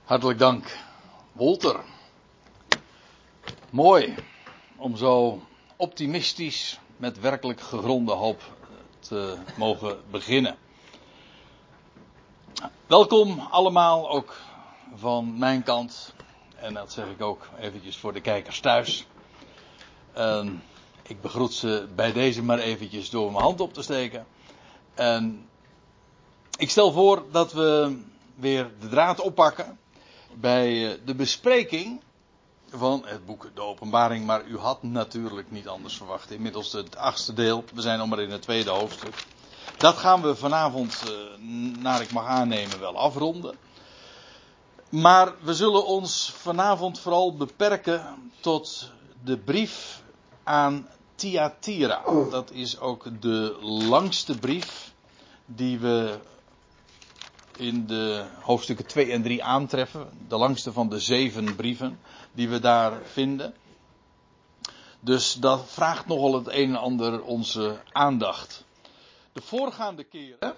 Hartelijk dank, Wolter. Mooi om zo optimistisch met werkelijk gegronde hoop te mogen beginnen. Welkom allemaal ook van mijn kant. En dat zeg ik ook eventjes voor de kijkers thuis. Ik begroet ze bij deze maar eventjes door mijn hand op te steken. Ik stel voor dat we weer de draad oppakken bij de bespreking van het boek De Openbaring. Maar u had natuurlijk niet anders verwacht. Inmiddels het 8e deel. We zijn nog maar in het 2e hoofdstuk. Dat gaan we vanavond, naar ik mag aannemen, wel afronden. Maar we zullen ons vanavond vooral beperken tot de brief aan Thyatira. Dat is ook de langste brief die we in de hoofdstukken 2 en 3 aantreffen. De langste van de 7 brieven die we daar vinden. Dus dat vraagt nogal het een en ander onze aandacht. De voorgaande keren.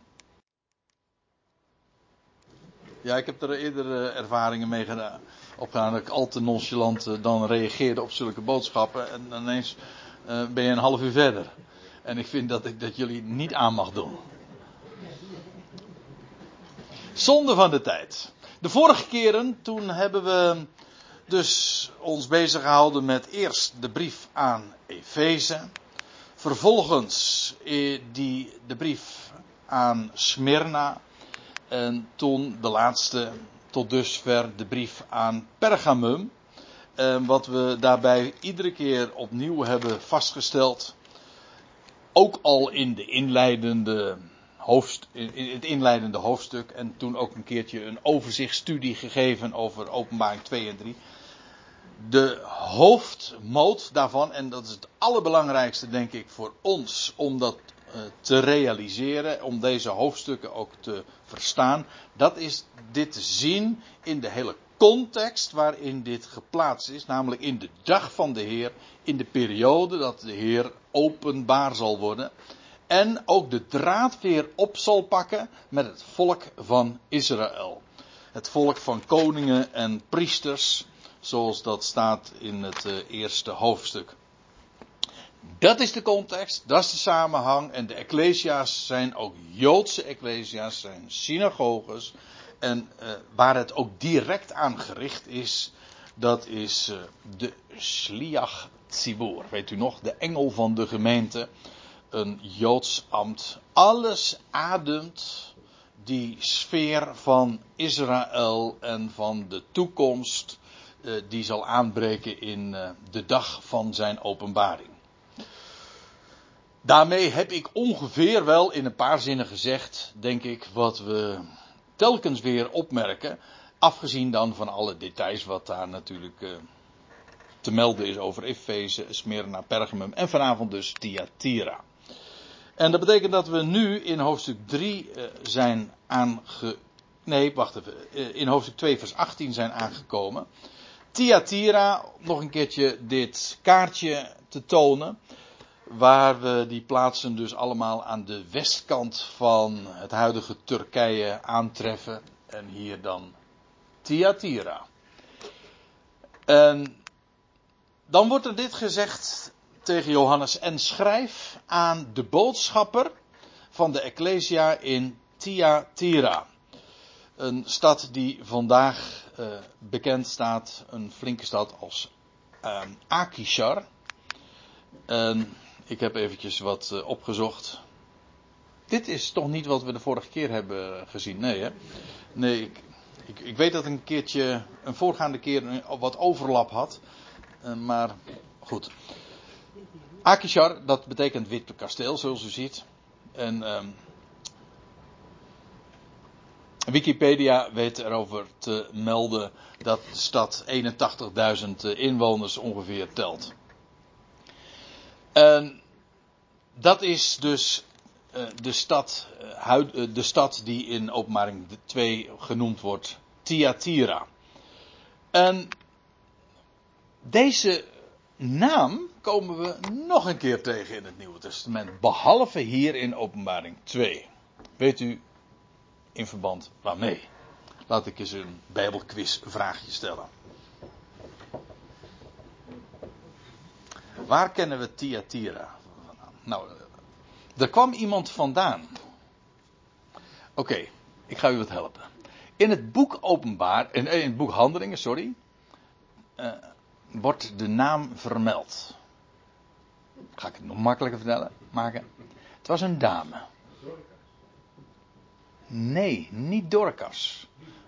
Ja, ik heb er eerder ervaringen mee opgedaan dat ik al te nonchalant dan reageerde op zulke boodschappen. En ineens ben je een half uur verder. En ik vind dat ik dat jullie niet aan mag doen. Zonde van de tijd. De vorige keren, toen hebben we dus ons bezig gehouden met eerst de brief aan Efeze. Vervolgens de brief aan Smyrna. En toen de laatste, tot dusver, de brief aan Pergamum. Wat we daarbij iedere keer opnieuw hebben vastgesteld. Ook al in het inleidende hoofdstuk. En toen ook een keertje een overzichtsstudie gegeven over Openbaring 2 en 3. De hoofdmoot daarvan, en dat is het allerbelangrijkste denk ik voor ons om dat te realiseren, om deze hoofdstukken ook te verstaan, dat is dit te zien in de hele context waarin dit geplaatst is, namelijk in de dag van de Heer, in de periode dat de Heer openbaar zal worden en ook de draad weer op zal pakken met het volk van Israël. Het volk van koningen en priesters, zoals dat staat in het eerste hoofdstuk. Dat is de context, dat is de samenhang. En de ecclesia's zijn ook Joodse ecclesia's, zijn synagoges. En waar het ook direct aan gericht is, dat is de Shliach Tzibur. Weet u nog, de engel van de gemeente. Een Joods ambt. Alles ademt die sfeer van Israël en van de toekomst die zal aanbreken in de dag van zijn openbaring. Daarmee heb ik ongeveer wel in een paar zinnen gezegd, denk ik, wat we telkens weer opmerken. Afgezien dan van alle details wat daar natuurlijk te melden is over Efeze, Smyrna, Pergamum en vanavond dus Thyatira. En dat betekent dat we nu in hoofdstuk 3 in hoofdstuk 2 vers 18 zijn aangekomen. Thyatira, nog een keertje dit kaartje te tonen. Waar we die plaatsen dus allemaal aan de westkant van het huidige Turkije aantreffen. En hier dan Thyatira. En dan wordt er dit gezegd tegen Johannes. En schrijf aan de boodschapper van de Ecclesia in Thyatira. Een stad die vandaag bekend staat. Een flinke stad als Akishar. Ik heb eventjes wat opgezocht. Dit is toch niet wat we de vorige keer hebben gezien? Nee, hè? Nee, ik weet dat een voorgaande keer wat overlap had. Maar goed. Akishar, dat betekent wit kasteel, zoals u ziet. En Wikipedia weet erover te melden dat de stad 81.000 inwoners ongeveer telt. En dat is dus de stad die in Openbaring 2 genoemd wordt Thyatira. En deze naam komen we nog een keer tegen in het Nieuwe Testament. Behalve hier in Openbaring 2. Weet u in verband waarmee? Laat ik eens een Bijbelquiz vraagje stellen. Waar kennen we Thyatira vandaan? Nou, er kwam iemand vandaan. Oké, ik ga u wat helpen. In het boek in het boek Handelingen, wordt de naam vermeld. Ga ik het nog makkelijker maken? Het was een dame. Nee, niet Dorcas.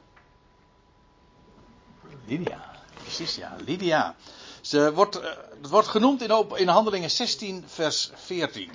Lydia. Precies, ja, Lydia. Het wordt genoemd in Handelingen 16, vers 14.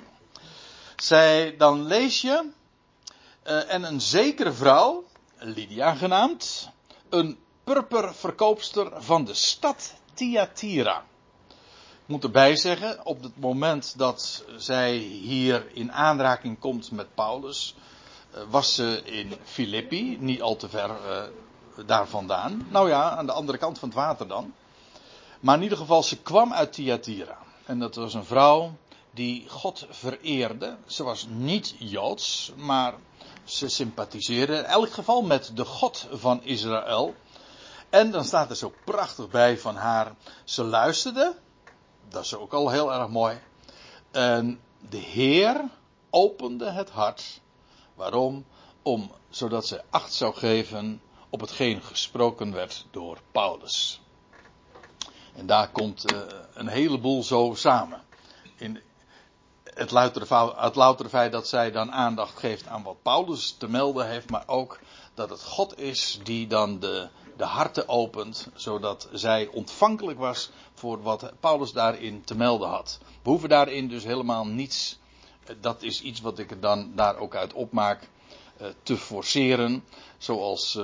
Dan lees je. En een zekere vrouw, Lydia genaamd, een purperverkoopster van de stad Thyatira. Ik moet erbij zeggen, op het moment dat zij hier in aanraking komt met Paulus, was ze in Filippi, niet al te ver daar vandaan. Nou ja, aan de andere kant van het water dan. Maar in ieder geval, ze kwam uit Thyatira. En dat was een vrouw die God vereerde. Ze was niet Joods, maar ze sympathiseerde in elk geval met de God van Israël. En dan staat er zo prachtig bij van haar. Ze luisterde. Dat is ook al heel erg mooi. En de Heer opende het hart. Waarom? Zodat ze acht zou geven op hetgeen gesproken werd door Paulus. En daar komt een heleboel zo samen. In het loutere feit dat zij dan aandacht geeft aan wat Paulus te melden heeft, maar ook dat het God is die dan de harten opent, zodat zij ontvankelijk was voor wat Paulus daarin te melden had. We hoeven daarin dus helemaal niets, dat is iets wat ik er dan daar ook uit opmaak, te forceren, zoals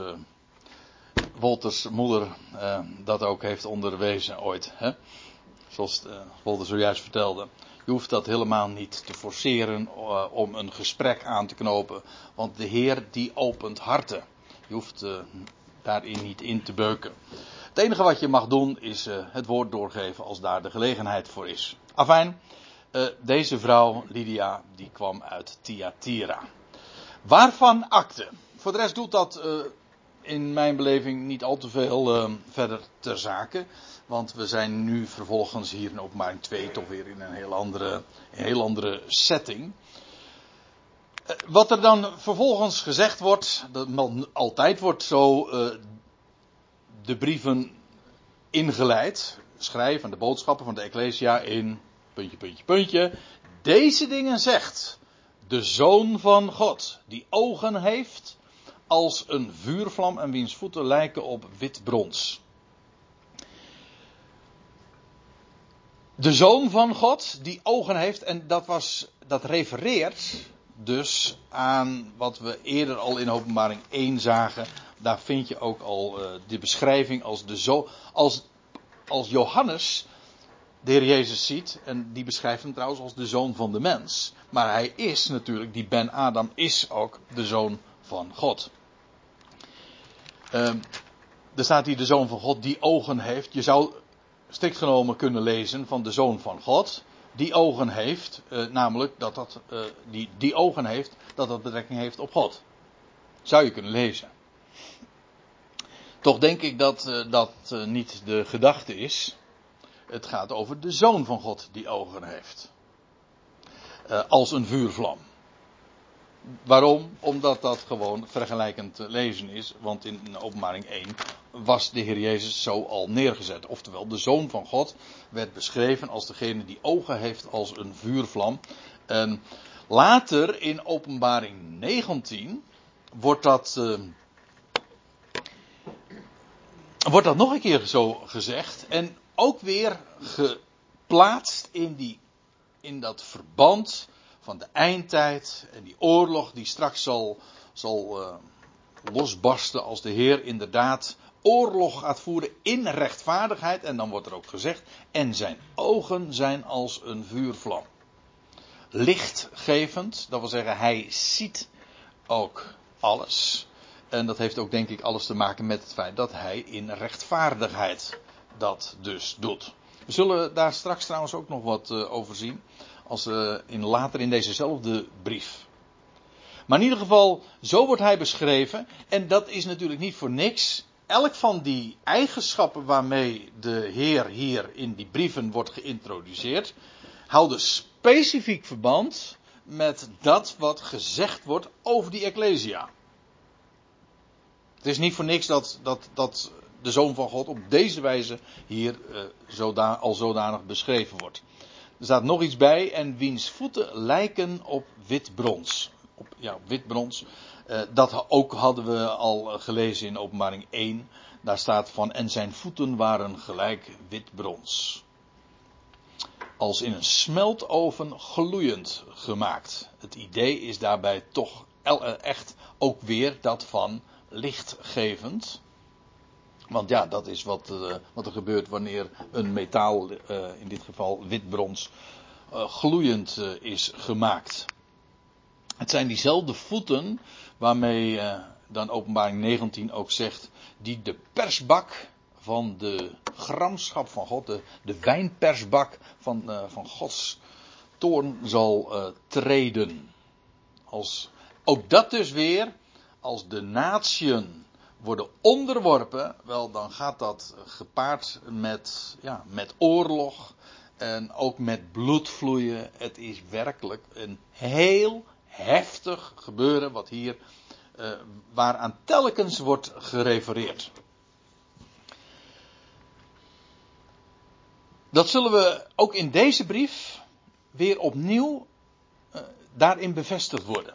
Wolters moeder dat ook heeft onderwezen ooit. Hè? Zoals Wolter zojuist vertelde. Je hoeft dat helemaal niet te forceren om een gesprek aan te knopen. Want de Heer die opent harten. Je hoeft daarin niet in te beuken. Het enige wat je mag doen is het woord doorgeven als daar de gelegenheid voor is. Afijn, deze vrouw Lydia die kwam uit Thyatira. Waarvan akte? Voor de rest doet dat in mijn beleving niet al te veel verder ter zake. Want we zijn nu vervolgens hier in Openbaring 2 toch weer in een heel andere setting. Wat er dan vervolgens gezegd wordt, dat altijd wordt zo de brieven ingeleid. Schrijven de boodschappen van de Ecclesia in puntje, puntje, puntje. Deze dingen zegt de Zoon van God, die ogen heeft als een vuurvlam en wiens voeten lijken op wit brons. De Zoon van God die ogen heeft, en dat refereert dus aan wat we eerder al in Openbaring 1 zagen. Daar vind je ook al de beschrijving als Johannes de Heer Jezus ziet, en die beschrijft hem trouwens als de Zoon van de mens. Maar hij is natuurlijk, die Ben Adam is ook de Zoon van God. Er staat hier de Zoon van God die ogen heeft. Je zou strikt genomen kunnen lezen van de Zoon van God die ogen heeft, namelijk die ogen heeft, dat betrekking heeft op God. Zou je kunnen lezen. Toch denk ik dat dat niet de gedachte is. Het gaat over de Zoon van God die ogen heeft. Als een vuurvlam. Waarom? Omdat dat gewoon vergelijkend te lezen is. Want in Openbaring 1 was de Heer Jezus zo al neergezet. Oftewel, de Zoon van God werd beschreven als degene die ogen heeft als een vuurvlam. En later in Openbaring 19 wordt dat nog een keer zo gezegd. En ook weer geplaatst in dat verband van de eindtijd en die oorlog die straks zal losbarsten als de Heer inderdaad oorlog gaat voeren in rechtvaardigheid. En dan wordt er ook gezegd, en zijn ogen zijn als een vuurvlam. Lichtgevend, dat wil zeggen hij ziet ook alles. En dat heeft ook denk ik alles te maken met het feit dat hij in rechtvaardigheid dat dus doet. We zullen daar straks trouwens ook nog wat over zien. Later in dezezelfde brief. Maar in ieder geval, zo wordt hij beschreven. En dat is natuurlijk niet voor niks. Elk van die eigenschappen waarmee de Heer hier in die brieven wordt geïntroduceerd, houden specifiek verband met dat wat gezegd wordt over die Ecclesia. Het is niet voor niks dat de Zoon van God op deze wijze hier al zodanig beschreven wordt. Er staat nog iets bij, en wiens voeten lijken op wit brons. Op wit brons. Dat ook hadden we al gelezen in Openbaring 1. Daar staat van, en zijn voeten waren gelijk wit brons. Als in een smeltoven gloeiend gemaakt. Het idee is daarbij toch echt ook weer dat van lichtgevend. Want ja, dat is wat er gebeurt wanneer een metaal, in dit geval witbrons, gloeiend is gemaakt. Het zijn diezelfde voeten waarmee dan Openbaring 19 ook zegt, die de persbak van de gramschap van God, de wijnpersbak van Gods toorn zal treden. Ook dat dus weer, als de natieën worden onderworpen, wel dan gaat dat gepaard met oorlog en ook met bloedvloeien. Het is werkelijk een heel heftig gebeuren wat hier, waaraan telkens wordt gerefereerd. Dat zullen we ook in deze brief weer opnieuw daarin bevestigd worden.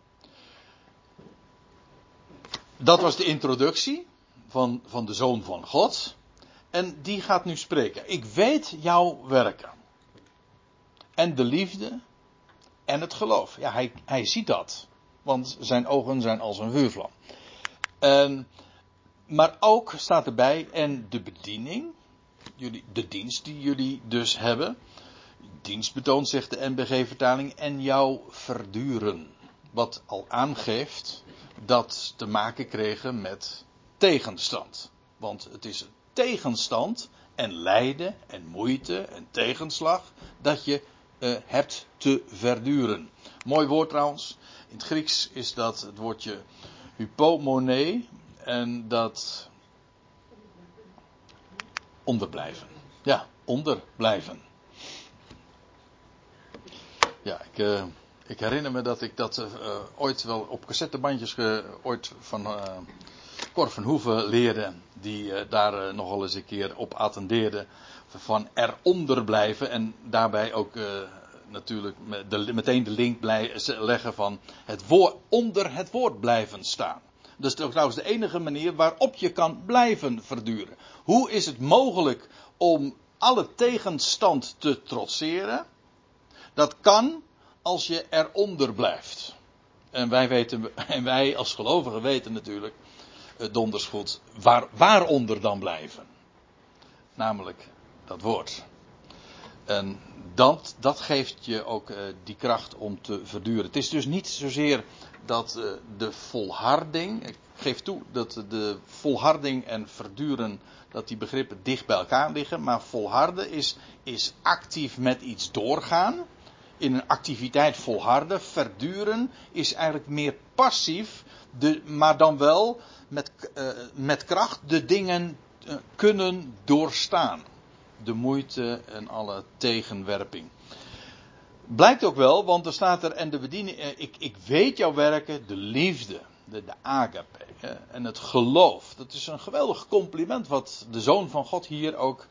Dat was de introductie van de Zoon van God. En die gaat nu spreken. Ik weet jouw werken. En de liefde en het geloof. Ja, hij ziet dat. Want zijn ogen zijn als een vuurvlam. Maar ook staat erbij, en de bediening. De dienst die jullie dus hebben. Dienst betoont, zegt de NBG-vertaling. En jouw verduren. Wat al aangeeft dat te maken kregen met tegenstand. Want het is tegenstand en lijden en moeite en tegenslag dat je hebt te verduren. Mooi woord trouwens. In het Grieks is dat het woordje hypomone en dat onderblijven. Ja, onderblijven. Ja, ik herinner me dat ik dat ooit wel op cassettebandjes ooit van Cor van Hoeven leerde. Die daar nogal eens een keer op attendeerde. Van eronder blijven. En daarbij ook natuurlijk meteen de link leggen van onder het woord blijven staan. Dat is trouwens de enige manier waarop je kan blijven verduren. Hoe is het mogelijk om alle tegenstand te trotseren? Dat kan als je eronder blijft. En wij als gelovigen weten natuurlijk donders goed waaronder dan blijven. Namelijk dat woord. En dat geeft je ook die kracht om te verduren. Het is dus niet zozeer dat de volharding. Ik geef toe dat de volharding en verduren, dat die begrippen dicht bij elkaar liggen. Maar volharden is actief met iets doorgaan. In een activiteit volharden. Verduren is eigenlijk meer passief. Maar dan wel met kracht de dingen kunnen doorstaan. De moeite en alle tegenwerping. Blijkt ook wel, want er staat er, en de bediening, ik weet jouw werken, de liefde, de agape, en het geloof. Dat is een geweldig compliment wat de Zoon van God hier ook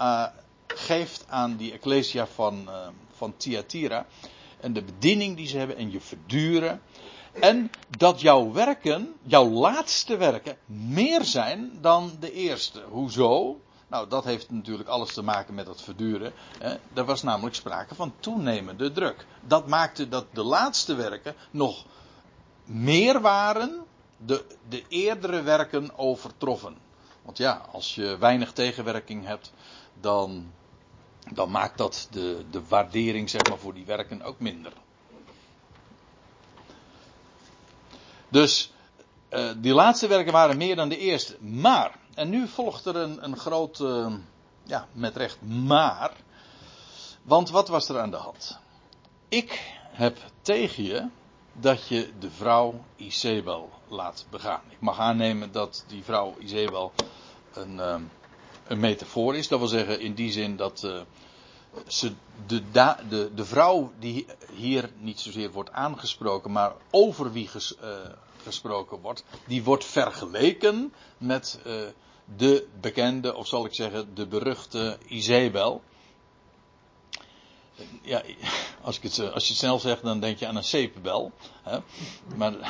geeft aan die Ecclesia van Thyatira. En de bediening die ze hebben en je verduren. En dat jouw werken, jouw laatste werken, meer zijn dan de eerste. Hoezo? Nou, dat heeft natuurlijk alles te maken met het verduren. Er was namelijk sprake van toenemende druk. Dat maakte dat de laatste werken nog meer waren, de eerdere werken overtroffen. Want ja, als je weinig tegenwerking hebt, dan maakt dat de waardering, zeg maar, voor die werken ook minder. Dus die laatste werken waren meer dan de eerste. Maar, en nu volgt er een groot, met recht maar. Want wat was er aan de hand? Ik heb tegen je dat je de vrouw Izebel laat begaan. Ik mag aannemen dat die vrouw Izebel een metafoor is. Dat wil zeggen in die zin dat de vrouw die hier niet zozeer wordt aangesproken, maar over wie gesproken wordt, die wordt vergeleken met de bekende, of zal ik zeggen, de beruchte Izebel. Ja, als je het snel zegt, dan denk je aan een zeepbel. Hè? Maar,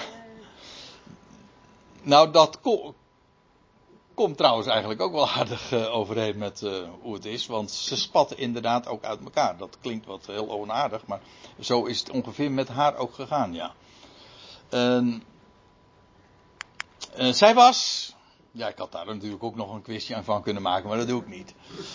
nou, dat komt trouwens eigenlijk ook wel aardig overeen met hoe het is. Want ze spatten inderdaad ook uit elkaar. Dat klinkt wat heel onaardig, maar zo is het ongeveer met haar ook gegaan, ja. Zij was... Ja, ik had daar natuurlijk ook nog een quizje aan van kunnen maken, maar dat doe ik niet.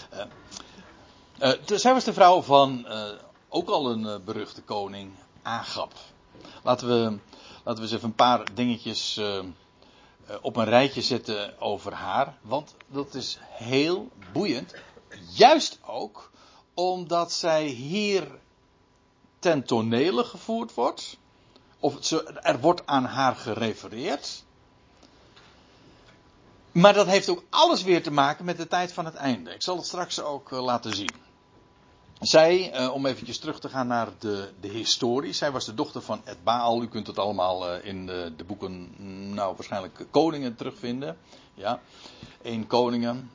Zij was de vrouw van ook al een beruchte koning, Agab. Laten we eens even een paar dingetjes op een rijtje zetten over haar. Want dat is heel boeiend. Juist ook omdat zij hier ten tonele gevoerd wordt. Of er wordt aan haar gerefereerd. Maar dat heeft ook alles weer te maken met de tijd van het einde. Ik zal het straks ook laten zien. Zij, om eventjes terug te gaan naar de historie. Zij was de dochter van Etbaal. U kunt het allemaal in de boeken, nou waarschijnlijk Koningen terugvinden. Ja, 1 Koningen.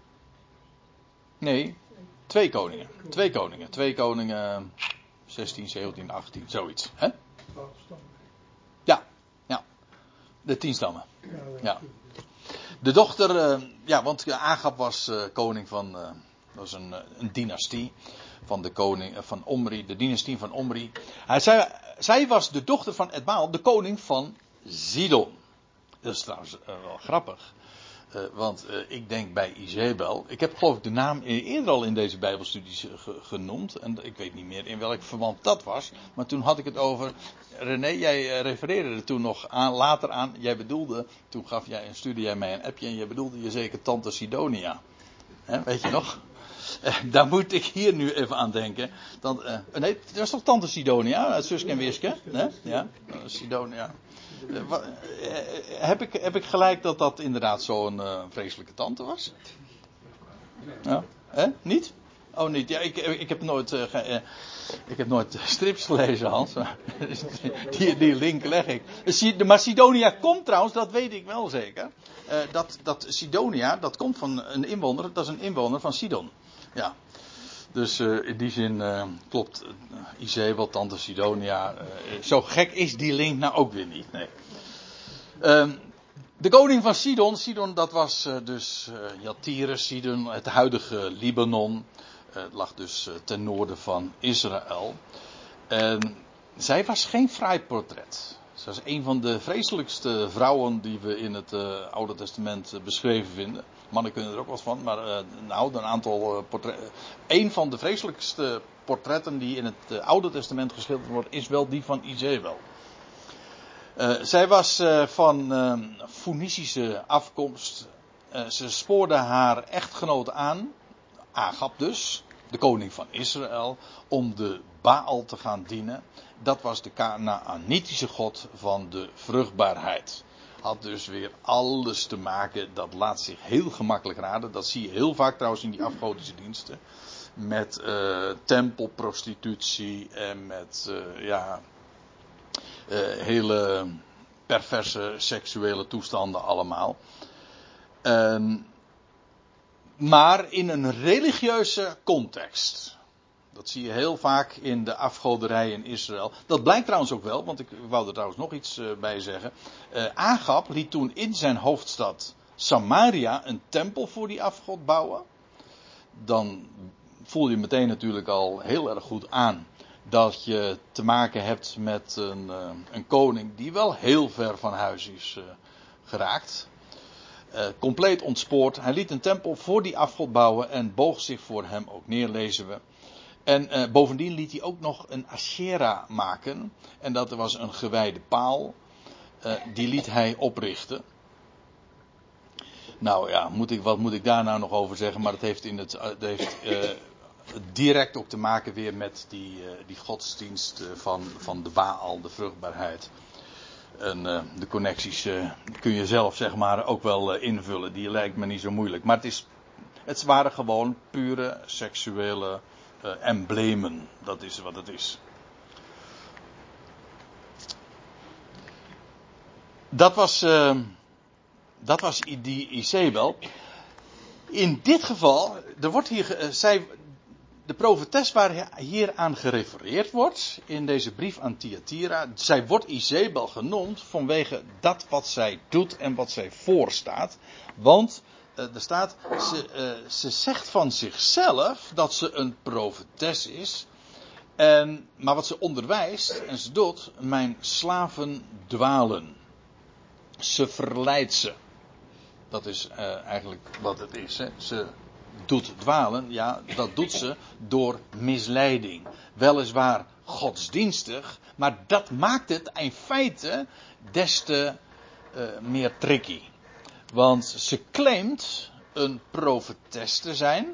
Nee, 2 Koningen. 2 Koningen. 2 Koningen 16, 17, 18, zoiets. Hè? Ja, ja. De 10 stammen. Ja. De dochter, ja, want Agab was koning van, dat was een dynastie van de koning van Omri, de dynastie van Omri. Zij was de dochter van Etbaal, de koning van Sidon. Dat is trouwens wel grappig. Want ik denk bij Izebel, ik heb geloof ik de naam eerder al in deze bijbelstudies genoemd. En ik weet niet meer in welk verband dat was. Maar toen had ik het over, René, jij refereerde er toen nog later aan. Jij bedoelde, toen stuurde jij mij een appje en jij bedoelde je zeker tante Sidonia. Weet je nog? Daar moet ik hier nu even aan denken. Nee, dat was toch tante Sidonia uit Suske en Wiske? Nee? Ja, Sidonia. Heb ik gelijk dat dat inderdaad zo'n vreselijke tante was? Ja. Niet? Oh, niet. Ja, ik heb nooit strips gelezen, Hans. Die link leg ik. Maar Sidonia komt trouwens, dat weet ik wel zeker. Dat Sidonia, dat komt van een inwoner, dat is een inwoner van Sidon. Ja. Dus in die zin klopt Izebel, tante Sidonia. Zo gek is die link nou ook weer niet. Nee. De koning van Sidon. Sidon, dat was je had Tyrus, Sidon, het huidige Libanon. Het lag dus ten noorden van Israël. Zij was geen fraai portret. Ze was een van de vreselijkste vrouwen die we in het Oude Testament beschreven vinden. Mannen kunnen er ook wat van, maar een aantal portretten. Een van de vreselijkste portretten die in het Oude Testament geschilderd wordt, is wel die van Izebel. Zij was van Foenicische afkomst. Ze spoorde haar echtgenoot aan, Agab dus, de koning van Israël, om de Baal te gaan dienen. Dat was de Kanaanitische god van de vruchtbaarheid. Had dus weer alles te maken, dat laat zich heel gemakkelijk raden. Dat zie je heel vaak trouwens in die afgodische diensten. Met tempelprostitutie en met hele perverse seksuele toestanden allemaal. Maar in een religieuze context. Dat zie je heel vaak in de afgoderij in Israël. Dat blijkt trouwens ook wel, want ik wou er trouwens nog iets bij zeggen. Agab liet toen in zijn hoofdstad Samaria een tempel voor die afgod bouwen. Dan voel je meteen natuurlijk al heel erg goed aan dat je te maken hebt met een koning die wel heel ver van huis is geraakt. Compleet ontspoord. Hij liet een tempel voor die afgod bouwen en boog zich voor hem ook neer, lezen we. En bovendien liet hij ook nog een Asherah maken. En dat was een gewijde paal. Die liet hij oprichten. Nou ja, wat moet ik daar nou nog over zeggen? Maar het heeft direct ook te maken weer met die godsdienst van de Baal, de vruchtbaarheid. En de connecties kun je zelf zeg maar ook wel invullen. Die lijkt me niet zo moeilijk. Maar het waren gewoon pure seksuele emblemen. Dat is wat het is. Dat was die Izebel. In dit geval, er wordt hier, de profetes waar hier aan gerefereerd wordt in deze brief aan Thyatira, zij wordt Izebel genoemd vanwege dat wat zij doet en wat zij voorstaat. Want er staat, ze zegt van zichzelf dat ze een profetes is. Maar wat ze onderwijst en ze doet, mijn slaven dwalen. Ze verleidt ze. Dat is eigenlijk wat het is. Hè. Ze doet dwalen, ja, dat doet ze door misleiding. Weliswaar godsdienstig, maar dat maakt het in feite des te meer tricky. Want ze claimt een profetes te zijn.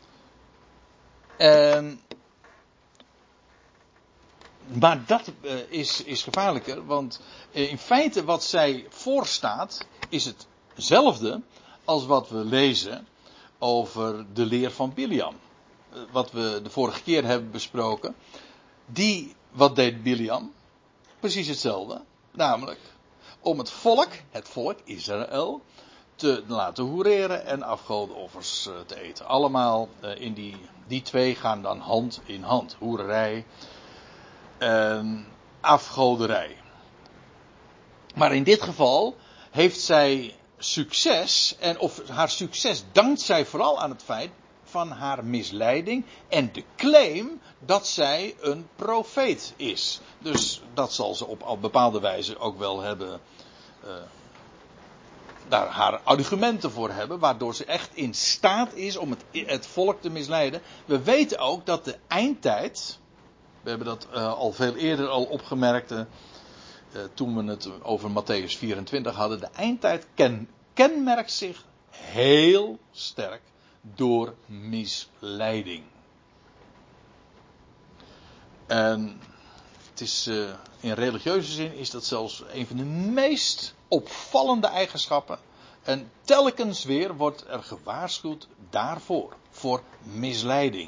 Maar dat is gevaarlijker, want in feite wat zij voorstaat is hetzelfde als wat we lezen over de leer van Biliam. Wat we de vorige keer hebben besproken. Wat deed Biliam? Precies hetzelfde. Namelijk om het volk Israël, te laten hoereren en afgodenoffers te eten. Allemaal in die twee gaan dan hand in hand. Hoererij en afgoderij. Maar in dit geval heeft zij succes. Of haar succes dankt zij vooral aan het feit van haar misleiding. En de claim dat zij een profeet is. Dus dat zal ze op bepaalde wijze ook wel hebben. Daar haar argumenten voor hebben. Waardoor ze echt in staat is om het volk te misleiden. We weten ook dat de eindtijd. We hebben dat al veel eerder al opgemerkt. Toen we het over Matthäus 24 hadden. De eindtijd kenmerkt zich heel sterk door misleiding. En het is, in religieuze zin is dat zelfs een van de meest opvallende eigenschappen. En telkens weer wordt er gewaarschuwd daarvoor. Voor misleiding.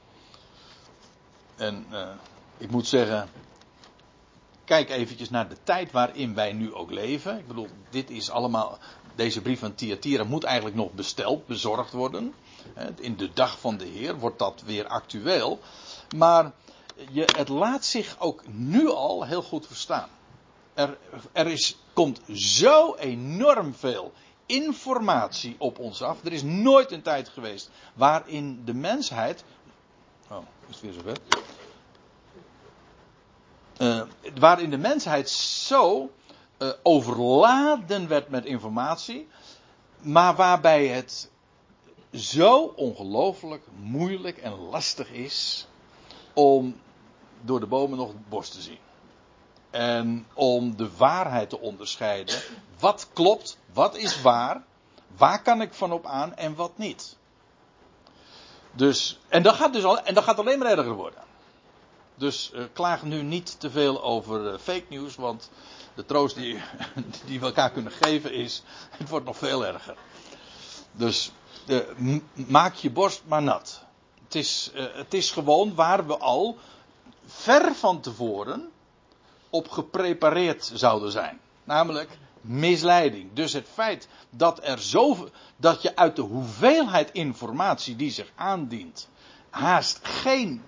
En ik moet zeggen, kijk eventjes naar de tijd waarin wij nu ook leven. Ik bedoel, dit is allemaal, deze brief van Thyatira moet eigenlijk nog bezorgd worden. In de dag van de Heer wordt dat weer actueel. Maar het laat zich ook nu al heel goed verstaan. Komt zo enorm veel informatie op ons af. Er is nooit een tijd geweest waarin de mensheid. Oh, is het weer zover? Waarin de mensheid zo overladen werd met informatie. Maar waarbij het zo ongelooflijk moeilijk en lastig is om door de bomen nog het bos te zien. En om de waarheid te onderscheiden. Wat klopt, wat is waar kan ik van op aan en wat niet. Dus, en dat gaat alleen maar erger worden. Dus klaag nu niet te veel over fake news, want de troost die we elkaar kunnen geven is, het wordt nog veel erger. Dus maak je borst maar nat. Het is gewoon waar we al ver van tevoren op geprepareerd zouden zijn. Namelijk misleiding. Dus het feit dat je uit de hoeveelheid informatie die zich aandient haast geen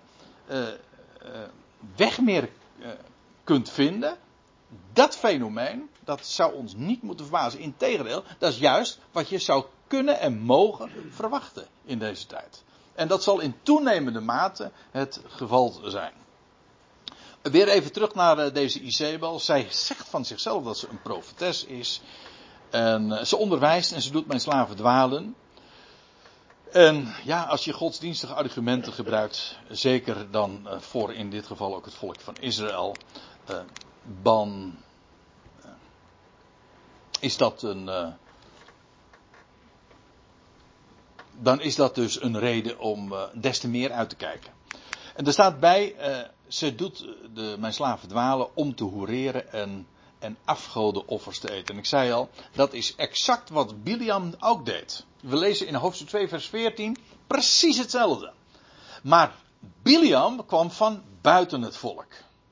weg meer kunt vinden. Dat fenomeen, dat zou ons niet moeten verbazen. Integendeel, dat is juist wat je zou kunnen en mogen verwachten in deze tijd. En dat zal in toenemende mate het geval zijn. Weer even terug naar deze Izebel. Zij zegt van zichzelf dat ze een profetes is. En ze onderwijst en ze doet mijn slaven dwalen. En ja, als je godsdienstige argumenten gebruikt, zeker dan voor in dit geval ook het volk van Israël, dan is dat dan is dat dus een reden om des te meer uit te kijken. En er staat bij, ze doet mijn slaven dwalen om te hoereren en afgodenoffers te eten. En ik zei al, dat is exact wat Biliam ook deed. We lezen in hoofdstuk 2 vers 14 precies hetzelfde. Maar Biliam kwam van buiten het volk.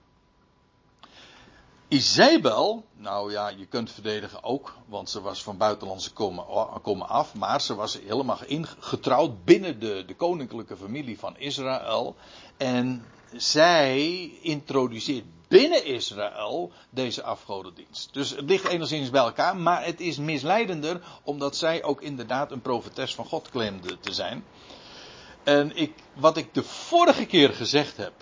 Izebel, nou ja, je kunt verdedigen ook, want ze was van buitenlandse komen af, maar ze was helemaal ingetrouwd binnen de koninklijke familie van Israël. En zij introduceert binnen Israël deze afgodendienst. Dus het ligt enigszins bij elkaar, maar het is misleidender, omdat zij ook inderdaad een profetes van God claimde te zijn. En wat ik de vorige keer gezegd heb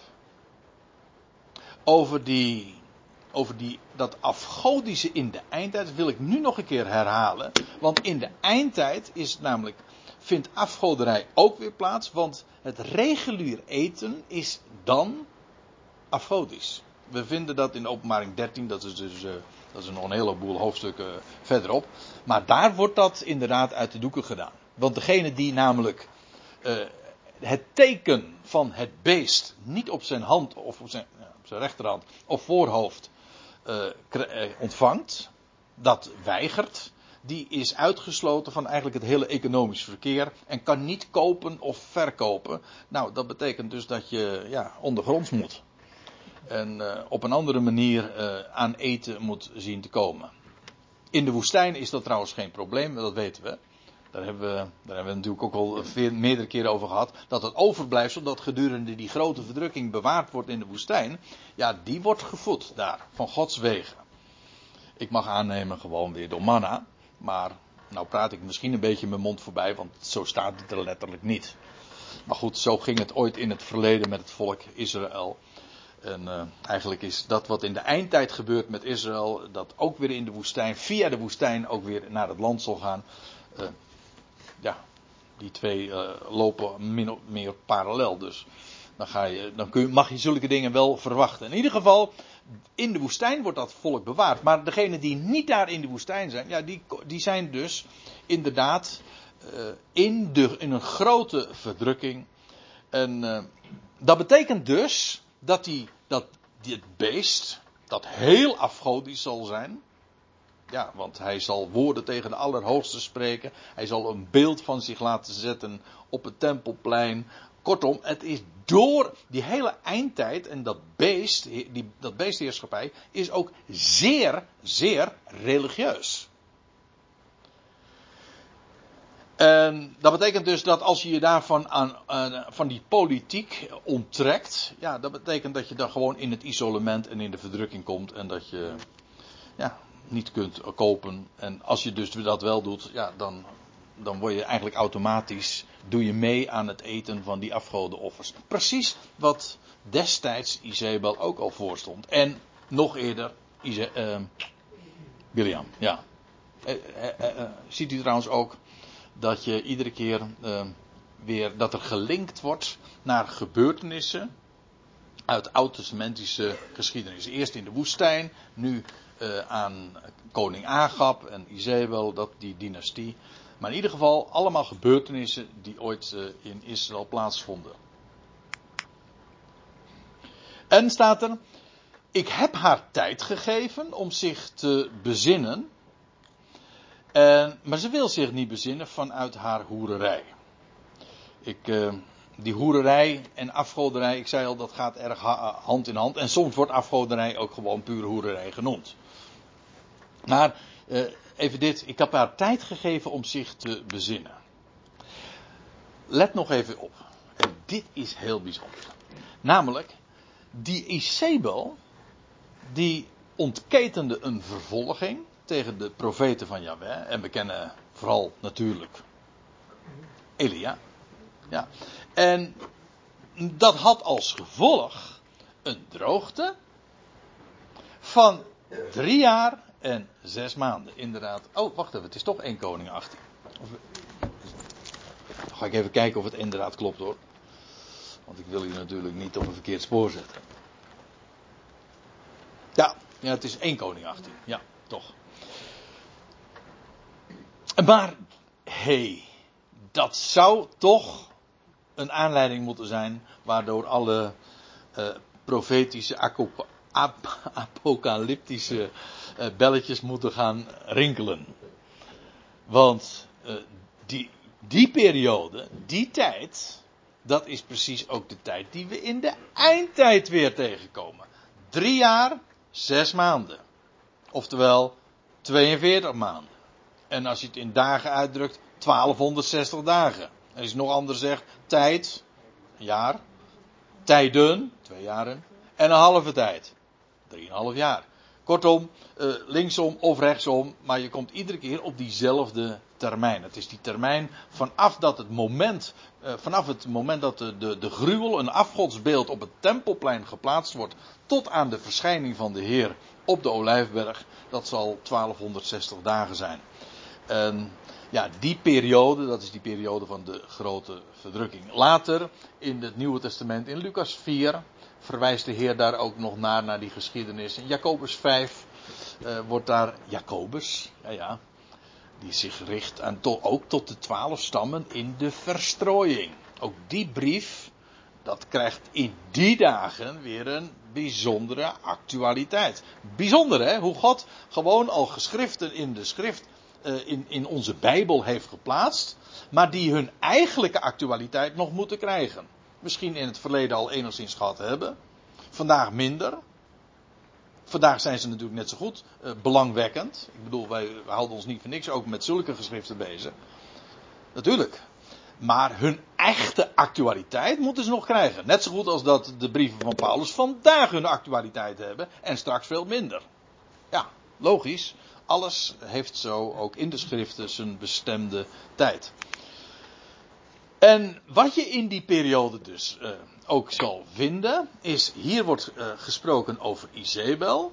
over dat afgodische in de eindtijd wil ik nu nog een keer herhalen. Want in de eindtijd vindt afgoderij ook weer plaats. Want het regulier eten is dan afgodisch. We vinden dat in Openbaring 13, dat is nog een heleboel hoofdstukken verderop. Maar daar wordt dat inderdaad uit de doeken gedaan. Want degene die namelijk het teken van het beest niet op zijn hand of op zijn rechterhand of voorhoofd ontvangt, dat weigert, die is uitgesloten van eigenlijk het hele economisch verkeer en kan niet kopen of verkopen. Nou, dat betekent dus dat je ondergronds moet. En op een andere manier aan eten moet zien te komen. In de woestijn is dat trouwens geen probleem, dat weten we. Daar hebben we natuurlijk ook al meerdere keren over gehad. Dat het overblijfsel dat gedurende die grote verdrukking bewaard wordt in de woestijn. Ja, die wordt gevoed daar, van Gods wegen. Ik mag aannemen gewoon weer door manna. Maar nou praat ik misschien een beetje mijn mond voorbij, want zo staat het er letterlijk niet. Maar goed, zo ging het ooit in het verleden met het volk Israël. En eigenlijk is dat wat in de eindtijd gebeurt met Israël, dat ook weer in de woestijn, via de woestijn ook weer naar het land zal gaan. Die twee lopen min of meer parallel. Dus mag je zulke dingen wel verwachten. In ieder geval, in de woestijn wordt dat volk bewaard. Maar degenen die niet daar in de woestijn zijn, die zijn dus inderdaad in een grote verdrukking. En dat betekent dus dat dit beest, dat heel afgodisch zal zijn. Ja, want hij zal woorden tegen de Allerhoogste spreken. Hij zal een beeld van zich laten zetten op het tempelplein. Kortom, het is door die hele eindtijd en dat beestheerschappij is ook zeer, zeer religieus. En dat betekent dus dat als je je daarvan van die politiek onttrekt, ja, dat betekent dat je dan gewoon in het isolement en in de verdrukking komt en dat je niet kunt kopen. En als je dus dat wel doet, ja, dan word je eigenlijk automatisch, doe je mee aan het eten van die afgodenoffers. Precies wat destijds Izebel ook al voorstond. En nog eerder Biliam, ja. Ziet u trouwens ook dat je iedere keer weer dat er gelinkt wordt naar gebeurtenissen uit oud-testamentische geschiedenis. Eerst in de woestijn, nu aan koning Agab en Izebel, die dynastie. Maar in ieder geval allemaal gebeurtenissen die ooit in Israël plaatsvonden. En staat er, ik heb haar tijd gegeven om zich te bezinnen. Maar ze wil zich niet bezinnen vanuit haar hoererij. Die hoererij en afgoderij, ik zei al, dat gaat erg hand in hand. En soms wordt afgoderij ook gewoon puur hoererij genoemd. Maar even dit, ik heb haar tijd gegeven om zich te bezinnen. Let nog even op. En dit is heel bijzonder. Namelijk, die Izebel, die ontketende een vervolging tegen de profeten van Jahweh. En we kennen vooral natuurlijk Elia. Ja. En dat had als gevolg een droogte van 3 jaar en 6 maanden. Inderdaad. Oh, wacht even. Het is toch 1 Koning 18. Dan ga ik even kijken of het inderdaad klopt hoor. Want ik wil je natuurlijk niet op een verkeerd spoor zetten. Ja, het is 1 Koning 18. Ja, toch. Maar, dat zou toch een aanleiding moeten zijn waardoor alle profetische, apocalyptische belletjes moeten gaan rinkelen. Want die periode, die tijd, dat is precies ook de tijd die we in de eindtijd weer tegenkomen. 3 jaar, 6 maanden. Oftewel 42 maanden. En als je het in dagen uitdrukt, 1260 dagen. En als je nog anders zegt, tijd, een jaar. Tijden, 2 jaren. En een halve tijd, 3,5 jaar. Kortom, linksom of rechtsom, maar je komt iedere keer op diezelfde termijn. Het is die termijn vanaf het moment dat de gruwel, een afgodsbeeld op het tempelplein geplaatst wordt, tot aan de verschijning van de Heer op de Olijfberg. Dat zal 1260 dagen zijn. En ja, die periode, dat is die periode van de grote verdrukking. Later in het Nieuwe Testament, in Lucas 4, verwijst de Heer daar ook nog naar die geschiedenis. In Jacobus 5 wordt daar Jacobus, die zich richt ook tot de 12 stammen in de verstrooiing. Ook die brief, dat krijgt in die dagen weer een bijzondere actualiteit. Bijzonder hè, hoe God gewoon al geschriften in de schrift, in onze Bijbel heeft geplaatst, maar die hun eigenlijke actualiteit nog moeten krijgen. Misschien in het verleden al enigszins gehad hebben. Vandaag minder. Vandaag zijn ze natuurlijk net zo goed belangwekkend. Ik bedoel, wij houden ons niet voor niks ook met zulke geschriften bezig. Natuurlijk. Maar hun echte actualiteit moeten ze nog krijgen. Net zo goed als dat de brieven van Paulus vandaag hun actualiteit hebben. En straks veel minder. Ja, logisch. Alles heeft zo ook in de schriften zijn bestemde tijd. En wat je in die periode dus ook zal vinden, is hier wordt gesproken over Izebel.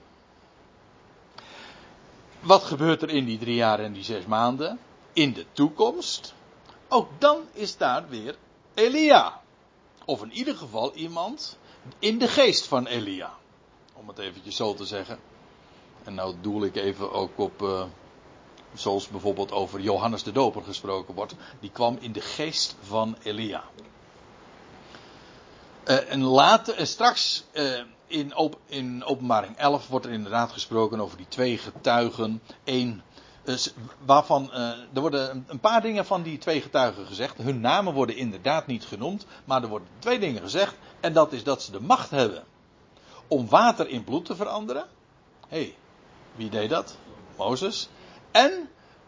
Wat gebeurt er in die 3 jaar en die 6 maanden? In de toekomst. Ook dan is daar weer Elia. Of in ieder geval iemand in de geest van Elia. Om het eventjes zo te zeggen. En nou doel ik even ook op, zoals bijvoorbeeld over Johannes de Doper gesproken wordt. Die kwam in de geest van Elia. En later, straks in Openbaring 11 wordt er inderdaad gesproken over die 2 getuigen. Waarvan er worden een paar dingen van die 2 getuigen gezegd. Hun namen worden inderdaad niet genoemd, maar er worden 2 dingen gezegd. En dat is dat ze de macht hebben om water in bloed te veranderen. Wie deed dat? Mozes. En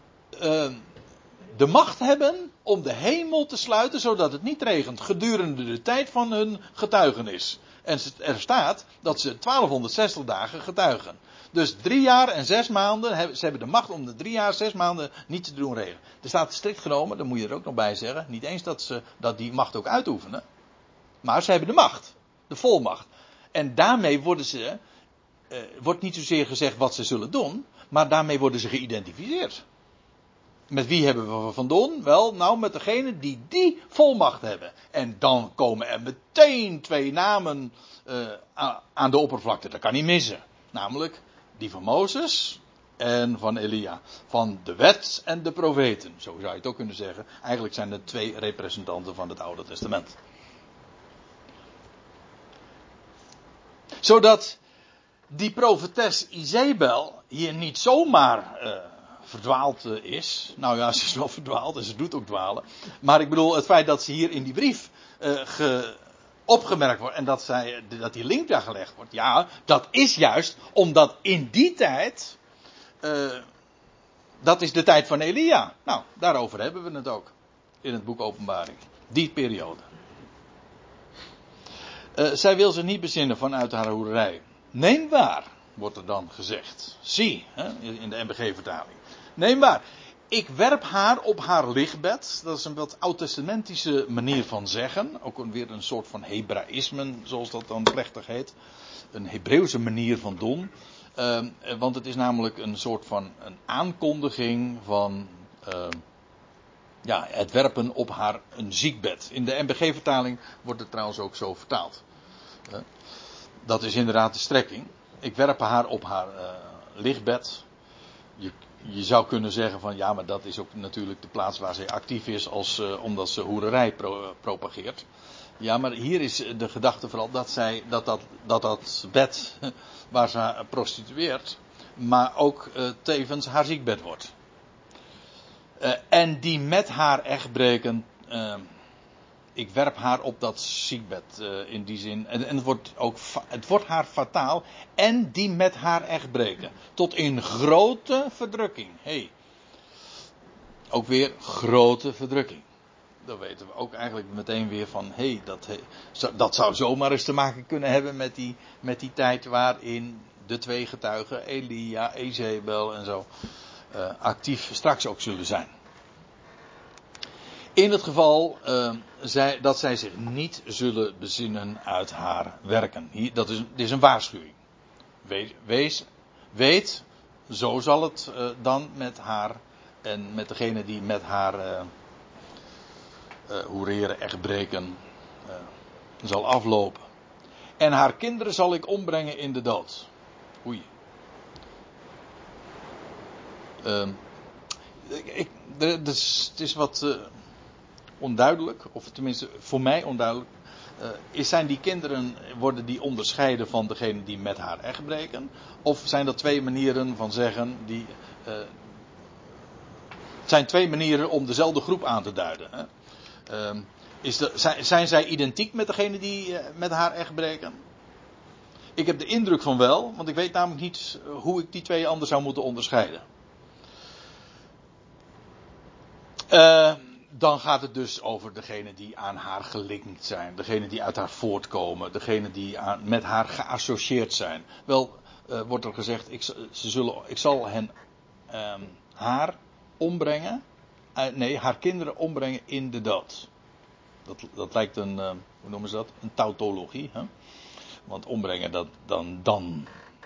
de macht hebben om de hemel te sluiten, zodat het niet regent gedurende de tijd van hun getuigenis. En er staat dat ze 1260 dagen getuigen. Dus 3 jaar en 6 maanden, ze hebben de macht om de 3 jaar, 6 maanden niet te doen regenen. Er staat strikt genomen, dat moet je er ook nog bij zeggen, niet eens dat die macht ook uitoefenen. Maar ze hebben de macht, de volmacht. En daarmee wordt niet zozeer gezegd wat ze zullen doen, maar daarmee worden ze geïdentificeerd. Met wie hebben we van doen? Wel, nou met degene die volmacht hebben. En dan komen er meteen 2 namen aan de oppervlakte. Dat kan niet missen. Namelijk die van Mozes en van Elia. Van de wet en de profeten. Zo zou je het ook kunnen zeggen. Eigenlijk zijn er 2 representanten van het Oude Testament. Zodat die profetes Izebel hier niet zomaar verdwaald is. Nou ja, ze is wel verdwaald en ze doet ook dwalen. Maar ik bedoel, het feit dat ze hier in die brief opgemerkt wordt en dat die link daar gelegd wordt. Ja, dat is juist omdat in die tijd, dat is de tijd van Elia. Nou, daarover hebben we het ook in het boek Openbaring. Die periode. Zij wil zich niet bezinnen vanuit haar hoerij. Neem waar, wordt er dan gezegd. Zie, in de MBG-vertaling. Neem waar. Ik werp haar op haar lichtbed. Dat is een wat oud-testamentische manier van zeggen. Ook weer een soort van Hebraïsme, zoals dat dan plechtig heet. Een Hebreeuwse manier van doen. Want het is namelijk een soort van een aankondiging van het werpen op haar een ziekbed. In de MBG-vertaling wordt het trouwens ook zo vertaald. Dat is inderdaad de strekking. Ik werp haar op haar lichtbed. Je zou kunnen zeggen van ja, maar dat is ook natuurlijk de plaats waar zij actief is omdat ze hoererij propageert. Ja, maar hier is de gedachte vooral dat bed waar ze prostitueert, maar ook tevens haar ziekbed wordt. En die met haar echtbreken, ik werp haar op dat ziekbed in die zin. En het wordt haar fataal. En die met haar echtbreken. Tot in grote verdrukking. Ook weer grote verdrukking. Dan weten we ook eigenlijk meteen weer van, dat zou zomaar eens te maken kunnen hebben met die tijd waarin de twee getuigen, Elia, Ezebel en zo, actief straks ook zullen zijn. In het geval dat zij zich niet zullen bezinnen uit haar werken. Dit is een waarschuwing. Weet, zo zal het dan met haar en met degene die met haar hoereren, echtbreken zal aflopen. En haar kinderen zal ik ombrengen in de dood. Oei. Het is wat onduidelijk, of tenminste voor mij onduidelijk. Zijn die kinderen, worden die onderscheiden van degene die met haar echtbreken? Of zijn dat twee manieren van zeggen het zijn twee manieren om dezelfde groep aan te duiden. Hè? Zijn zij identiek met degene die met haar echtbreken? Ik heb de indruk van wel, want ik weet namelijk niet hoe ik die twee anders zou moeten onderscheiden. Dan gaat het dus over degene die aan haar gelinkt zijn. Degene die uit haar voortkomen. Degene die met haar geassocieerd zijn. Wel wordt er gezegd, ik zal haar ombrengen. Haar kinderen ombrengen in de dood. Dat lijkt hoe noemen ze dat? Een tautologie. Hè? Want ombrengen, dan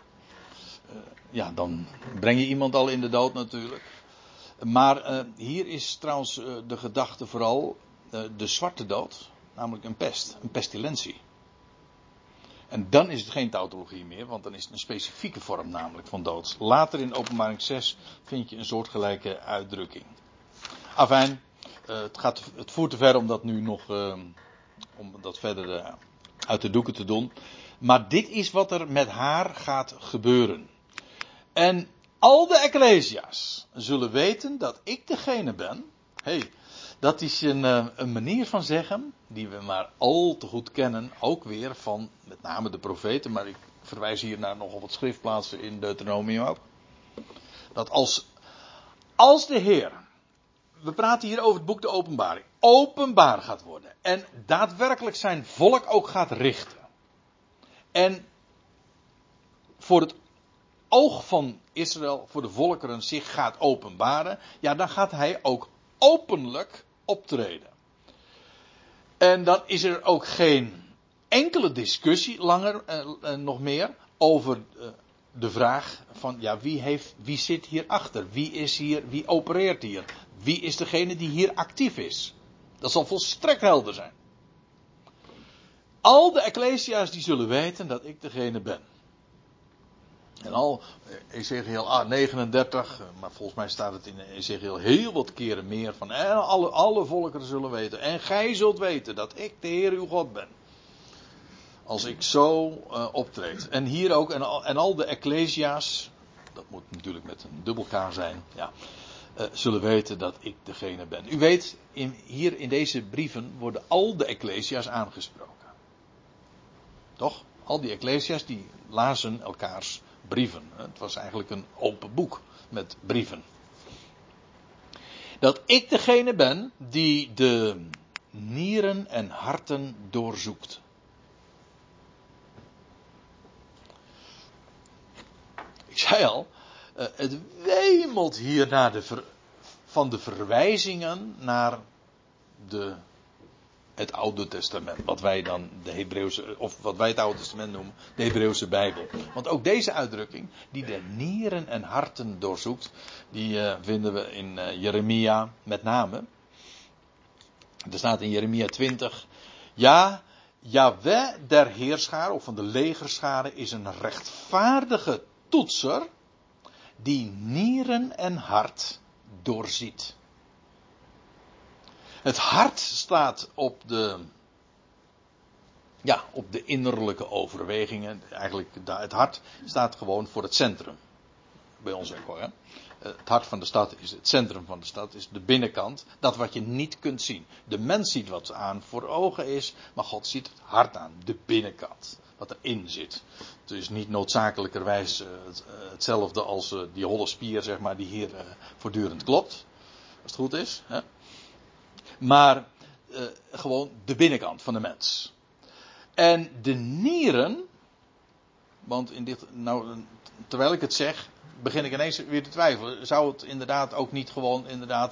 breng je iemand al in de dood natuurlijk. Maar hier is trouwens de gedachte vooral de zwarte dood. Namelijk een pest, een pestilentie. En dan is het geen tautologie meer, want dan is het een specifieke vorm namelijk van dood. Later in Openbaring 6 vind je een soortgelijke uitdrukking. Afijn, het voert te ver om dat nu nog om dat verder uit de doeken te doen. Maar dit is wat er met haar gaat gebeuren. En al de ecclesia's zullen weten dat ik degene ben. Dat is een manier van zeggen die we maar al te goed kennen. Ook weer van met name de profeten. Maar ik verwijs hier naar nogal wat schriftplaatsen in Deuteronomium ook. Dat als de Heer, we praten hier over het boek de Openbaring, openbaar gaat worden. En daadwerkelijk zijn volk ook gaat richten. En voor het oog van Israël, voor de volkeren zich gaat openbaren. Ja, dan gaat hij ook openlijk optreden. En dan is er ook geen enkele discussie langer nog meer over de vraag van ja, wie zit hier achter? Wie is hier? Wie opereert hier? Wie is degene die hier actief is? Dat zal volstrekt helder zijn. Al de ecclesia's die zullen weten dat ik degene ben. En al Ezekiel 39, maar volgens mij staat het in Ezekiel heel wat keren meer van alle volkeren zullen weten. En gij zult weten dat ik de Heer uw God ben. Als ik zo optreed. En hier ook, en al de ecclesia's, dat moet natuurlijk met een dubbel K zijn, ja, zullen weten dat ik degene ben. U weet, hier in deze brieven worden al de ecclesia's aangesproken. Toch? Al die ecclesia's die lazen elkaars brieven. Het was eigenlijk een open boek met brieven. Dat ik degene ben die de nieren en harten doorzoekt. Ik zei al, het wemelt hier van de verwijzingen naar het Oude Testament. Wat wij dan wat wij het Oude Testament noemen, de Hebreeuwse Bijbel. Want ook deze uitdrukking, die de nieren en harten doorzoekt, die vinden we in Jeremia met name. Er staat in Jeremia 20, ja, Jahweh der heerscharen, of van de legerscharen, is een rechtvaardige toetser, die nieren en hart doorziet. Het hart staat op de innerlijke overwegingen. Eigenlijk, het hart staat gewoon voor het centrum. Bij ons ook hoor. Hè? Het hart van de stad is het centrum van de stad, is de binnenkant. Dat wat je niet kunt zien. De mens ziet wat aan voor ogen is, maar God ziet het hart aan, de binnenkant. Wat erin zit. Het is niet noodzakelijkerwijs hetzelfde als die holle spier, zeg maar, die hier voortdurend klopt. Als het goed is. Hè? Maar gewoon de binnenkant van de mens. En de nieren, want terwijl ik het zeg, begin ik ineens weer te twijfelen. Zou het inderdaad ook niet gewoon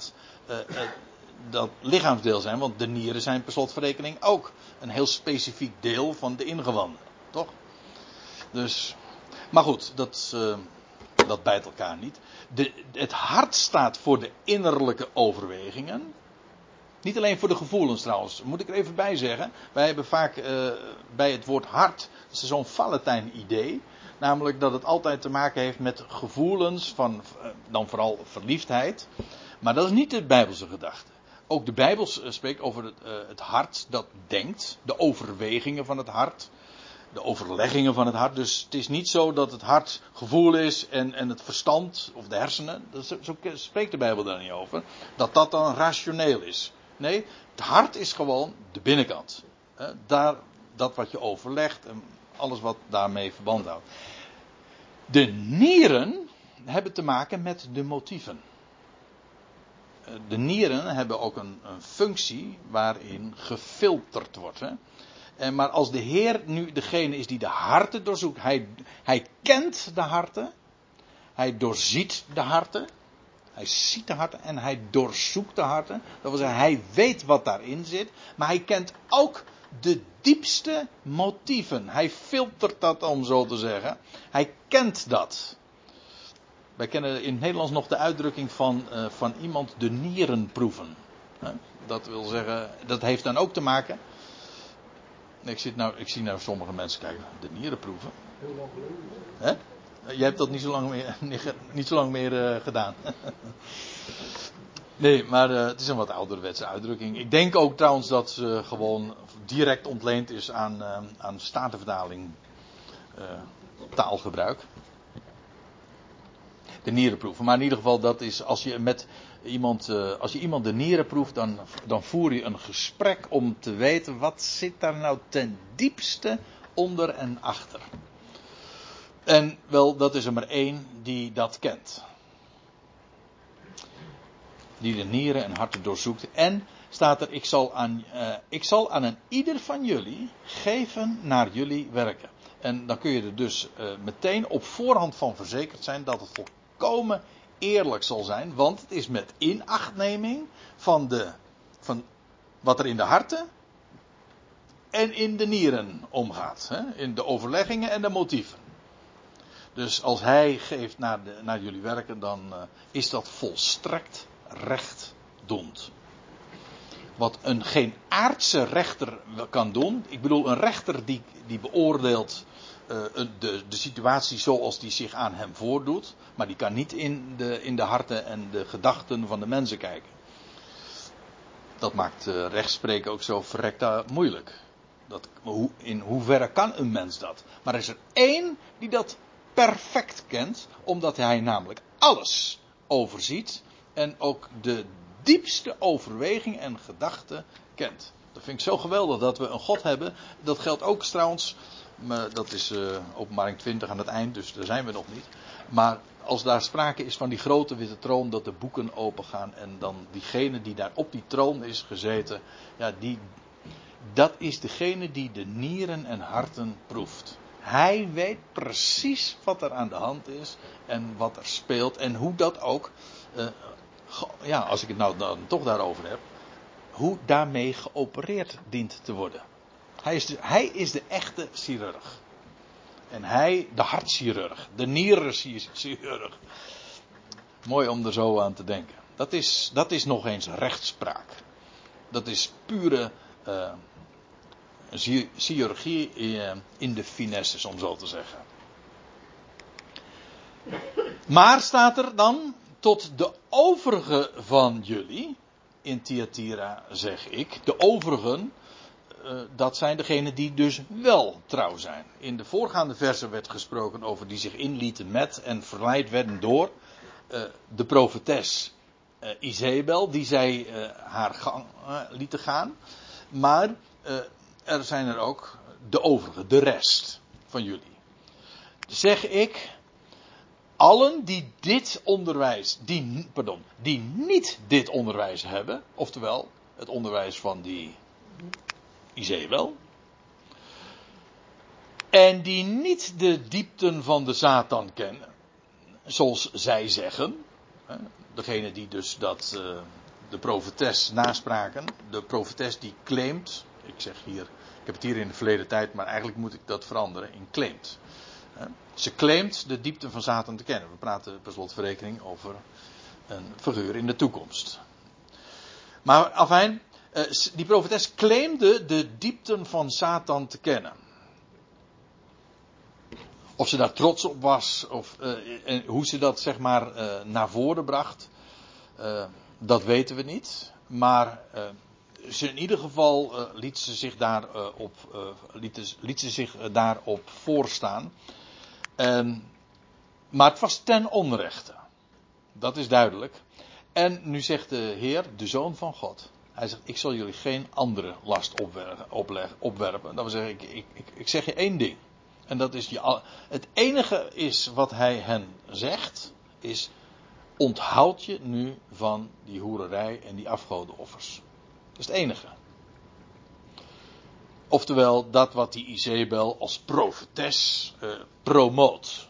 dat lichaamsdeel zijn? Want de nieren zijn per slotverrekening ook een heel specifiek deel van de ingewanden. Toch? Dus, maar goed, dat bijt elkaar niet. Het hart staat voor de innerlijke overwegingen. Niet alleen voor de gevoelens trouwens, moet ik er even bij zeggen. Wij hebben vaak bij het woord hart, dat is zo'n Valentijn idee. Namelijk dat het altijd te maken heeft met gevoelens van, dan vooral verliefdheid. Maar dat is niet de Bijbelse gedachte. Ook de Bijbel spreekt over het hart dat denkt. De overwegingen van het hart. De overleggingen van het hart. Dus het is niet zo dat het hart gevoel is en het verstand of de hersenen. Zo spreekt de Bijbel daar niet over. Dat dan rationeel is. Nee, het hart is gewoon de binnenkant. Dat wat je overlegt en alles wat daarmee verband houdt. De nieren hebben te maken met de motieven. De nieren hebben ook een functie waarin gefilterd wordt. Maar als de Heer nu degene is die de harten doorzoekt. Hij kent de harten. Hij doorziet de harten. Hij ziet de harten en hij doorzoekt de harten. Dat wil zeggen, hij weet wat daarin zit. Maar hij kent ook de diepste motieven. Hij filtert dat, om zo te zeggen. Hij kent dat. Wij kennen in het Nederlands nog de uitdrukking van iemand de nieren proeven. Dat wil zeggen, dat heeft dan ook te maken. Ik zie nou sommige mensen kijken, de nieren proeven. Heel lang geleden. Hè? Je hebt dat niet zo lang meer gedaan. Nee, maar het is een wat ouderwetse uitdrukking. Ik denk ook trouwens dat ze gewoon direct ontleend is aan Statenvertaling taalgebruik. De nieren proeven. Maar in ieder geval, dat is als je iemand de nieren proeft, dan voer je een gesprek om te weten wat zit daar nou ten diepste onder en achter. En wel, dat is er maar één die dat kent. Die de nieren en harten doorzoekt. En staat er, ik zal aan een ieder van jullie geven naar jullie werken. En dan kun je er dus meteen op voorhand van verzekerd zijn dat het volkomen eerlijk zal zijn. Want het is met inachtneming van wat er in de harten en in de nieren omgaat. In de overleggingen en de motieven. Dus als hij geeft naar jullie werken, dan is dat volstrekt rechtdoend. Wat geen aardse rechter kan doen. Ik bedoel, een rechter die beoordeelt de situatie zoals die zich aan hem voordoet. Maar die kan niet in de harten en de gedachten van de mensen kijken. Dat maakt rechtspreken ook zo verrekt moeilijk. In hoeverre kan een mens dat? Maar er is er één die dat perfect kent, omdat hij namelijk alles overziet en ook de diepste overweging en gedachten kent. Dat vind ik zo geweldig dat we een God hebben. Dat geldt ook trouwens, maar dat is Openbaring 20 aan het eind, dus daar zijn we nog niet. Maar als daar sprake is van die grote witte troon, dat de boeken opengaan en dan diegene die daar op die troon is gezeten, ja, dat is degene die de nieren en harten proeft. Hij weet precies wat er aan de hand is en wat er speelt en hoe dat ook, als ik het nou dan toch daarover heb, hoe daarmee geopereerd dient te worden. Hij is de echte chirurg. En hij, de hartchirurg, de nierenchirurg. Mooi om er zo aan te denken. Dat is nog eens rechtspraak. Dat is pure chirurgie in de finesses, om zo te zeggen. Maar staat er dan, tot de overige van jullie, in Thyatira zeg ik, de overigen, dat zijn degenen die dus wel trouw zijn. In de voorgaande versen werd gesproken over die zich inlieten met en verleid werden door de profetes Izebel, die zij haar gang lieten gaan. Maar er zijn er ook de overigen, de rest van jullie. Zeg ik, allen die dit onderwijs, die niet dit onderwijs hebben, oftewel het onderwijs van die Izebel, en die niet de diepten van de Satan kennen, zoals zij zeggen, degene die dus de profetes naspraken, de profetes die claimt, ik heb het hier in de verleden tijd, maar eigenlijk moet ik dat veranderen in claimt. Ze claimt de diepten van Satan te kennen. We praten per slotverrekening over een figuur in de toekomst. Maar afijn, die profetes claimde de diepten van Satan te kennen. Of ze daar trots op was, of hoe ze dat zeg maar naar voren bracht, dat weten we niet. Maar in ieder geval liet ze zich daarop voorstaan. Maar het was ten onrechte. Dat is duidelijk. En nu zegt de Heer, de Zoon van God. Hij zegt, ik zal jullie geen andere last opwerpen. Dat wil zeggen, ik zeg je één ding. En dat is, het enige is wat hij hen zegt, is, onthoud je nu van die hoererij en die afgodenoffers. Dat is het enige. Oftewel, dat wat die Izebel als profetes promoot.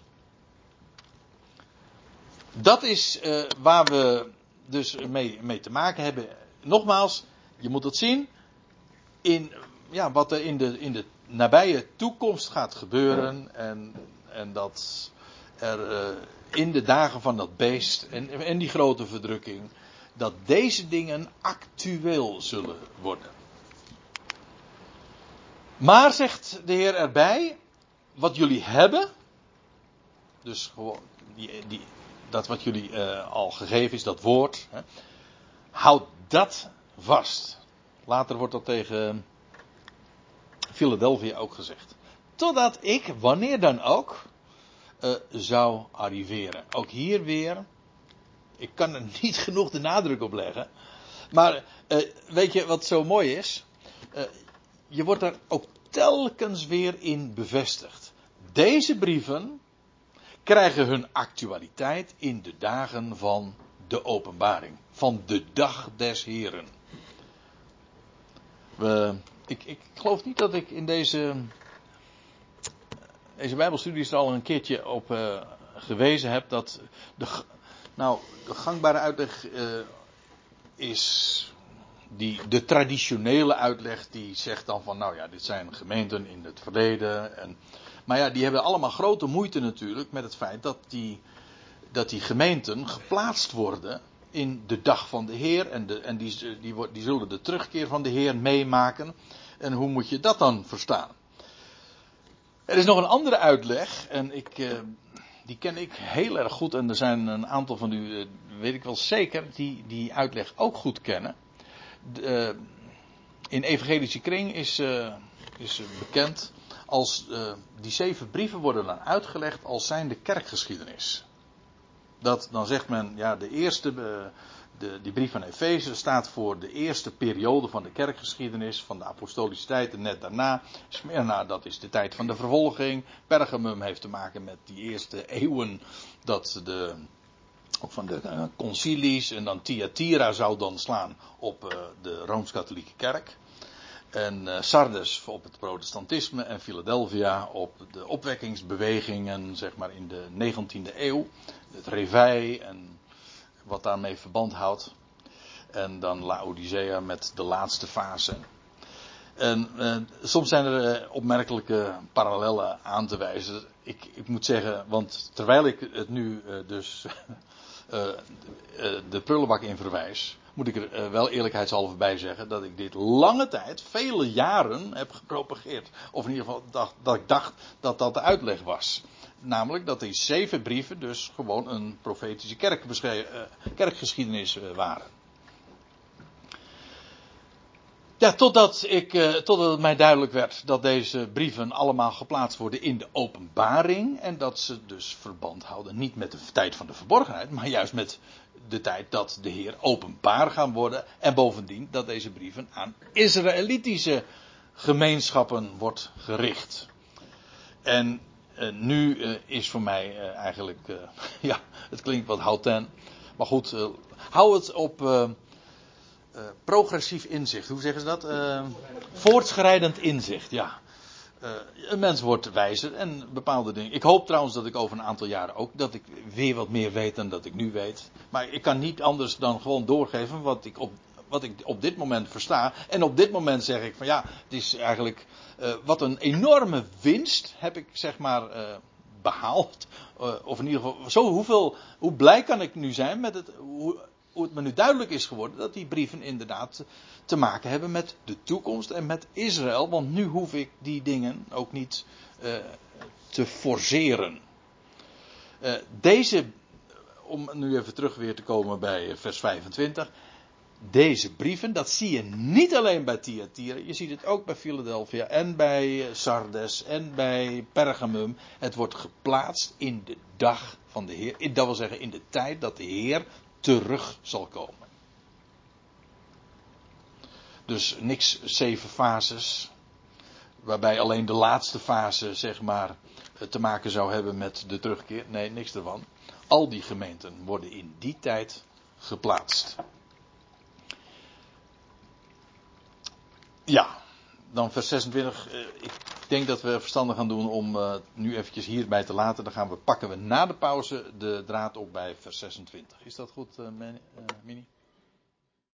Dat is waar we dus mee te maken hebben. Nogmaals, je moet het zien in wat er in de nabije toekomst gaat gebeuren. En dat er in de dagen van dat beest en die grote verdrukking, dat deze dingen actueel zullen worden. Maar, zegt de Heer erbij, wat jullie hebben, dus gewoon dat wat jullie al gegeven is, dat woord, houd dat vast. Later wordt dat tegen Philadelphia ook gezegd. Totdat ik, wanneer dan ook, zou arriveren. Ook hier weer, ik kan er niet genoeg de nadruk op leggen. Maar weet je wat zo mooi is? Je wordt daar ook telkens weer in bevestigd. Deze brieven krijgen hun actualiteit in de dagen van de openbaring. Van de dag des Heren. Ik geloof niet dat ik in deze Bijbelstudies er al een keertje op gewezen heb dat de gangbare uitleg is de traditionele uitleg die zegt dan van dit zijn gemeenten in het verleden. Maar ja, die hebben allemaal grote moeite natuurlijk met het feit dat die gemeenten geplaatst worden in de dag van de Heer. En die zullen de terugkeer van de Heer meemaken. En hoe moet je dat dan verstaan? Er is nog een andere uitleg. En die ken ik heel erg goed. En er zijn een aantal van u, weet ik wel zeker, die uitleg ook goed kennen. In evangelische kring is bekend als die 7 brieven worden dan uitgelegd als zijn de kerkgeschiedenis. Dan zegt men, de eerste, die brief van Efeze staat voor de eerste periode van de kerkgeschiedenis, van de apostolische tijd en net daarna. Smyrna, dat is de tijd van de vervolging. Pergamum heeft te maken met die eerste eeuwen, ook van de concilies. En dan Thyatira zou dan slaan op de Rooms-Katholieke kerk. En Sardes op het protestantisme en Philadelphia op de opwekkingsbewegingen, zeg maar in de 19e eeuw. Het Reveil en wat daarmee verband houdt. En dan Laodicea met de laatste fase. En soms zijn er opmerkelijke parallellen aan te wijzen. Ik moet zeggen, want terwijl ik het nu de prullenbak in verwijs, moet ik er wel eerlijkheidshalve bij zeggen dat ik dit lange tijd, vele jaren heb gepropageerd. Of in ieder geval dat ik dacht dat dat de uitleg was. namelijk dat die 7 brieven dus gewoon een profetische kerkgeschiedenis waren. Ja, totdat het mij duidelijk werd dat deze brieven allemaal geplaatst worden in de openbaring. En dat ze dus verband houden niet met de tijd van de verborgenheid, maar juist met de tijd dat de Heer openbaar gaan worden. En bovendien dat deze brieven aan Israëlitische gemeenschappen wordt gericht. En nu is voor mij eigenlijk, ja, het klinkt wat hautaine. Maar goed, hou het op progressief inzicht. Hoe zeggen ze dat? Voortschrijdend inzicht, ja. Een mens wordt wijzer en bepaalde dingen. Ik hoop trouwens dat ik over een aantal jaren ook, dat ik weer wat meer weet dan dat ik nu weet. Maar ik kan niet anders dan gewoon doorgeven wat ik op dit moment versta. En op dit moment zeg ik van ja, het is eigenlijk wat een enorme winst heb ik zeg maar behaald. Of in ieder geval, hoe blij kan ik nu zijn met hoe het me nu duidelijk is geworden dat die brieven inderdaad te maken hebben met de toekomst en met Israël. Want nu hoef ik die dingen ook niet te forceren. Om nu even terug weer te komen bij vers 25. Deze brieven, dat zie je niet alleen bij Thyatira. Je ziet het ook bij Philadelphia en bij Sardes en bij Pergamum. Het wordt geplaatst in de dag van de Heer. Dat wil zeggen in de tijd dat de Heer terug zal komen. Dus niks 7 fases. Waarbij alleen de laatste fase zeg maar te maken zou hebben met de terugkeer. Nee, niks ervan. Al die gemeenten worden in die tijd geplaatst. Ja, dan vers 26. Ik denk dat we verstandig gaan doen om nu eventjes hierbij te laten. Dan pakken we na de pauze de draad op bij vers 26. Is dat goed, Mini?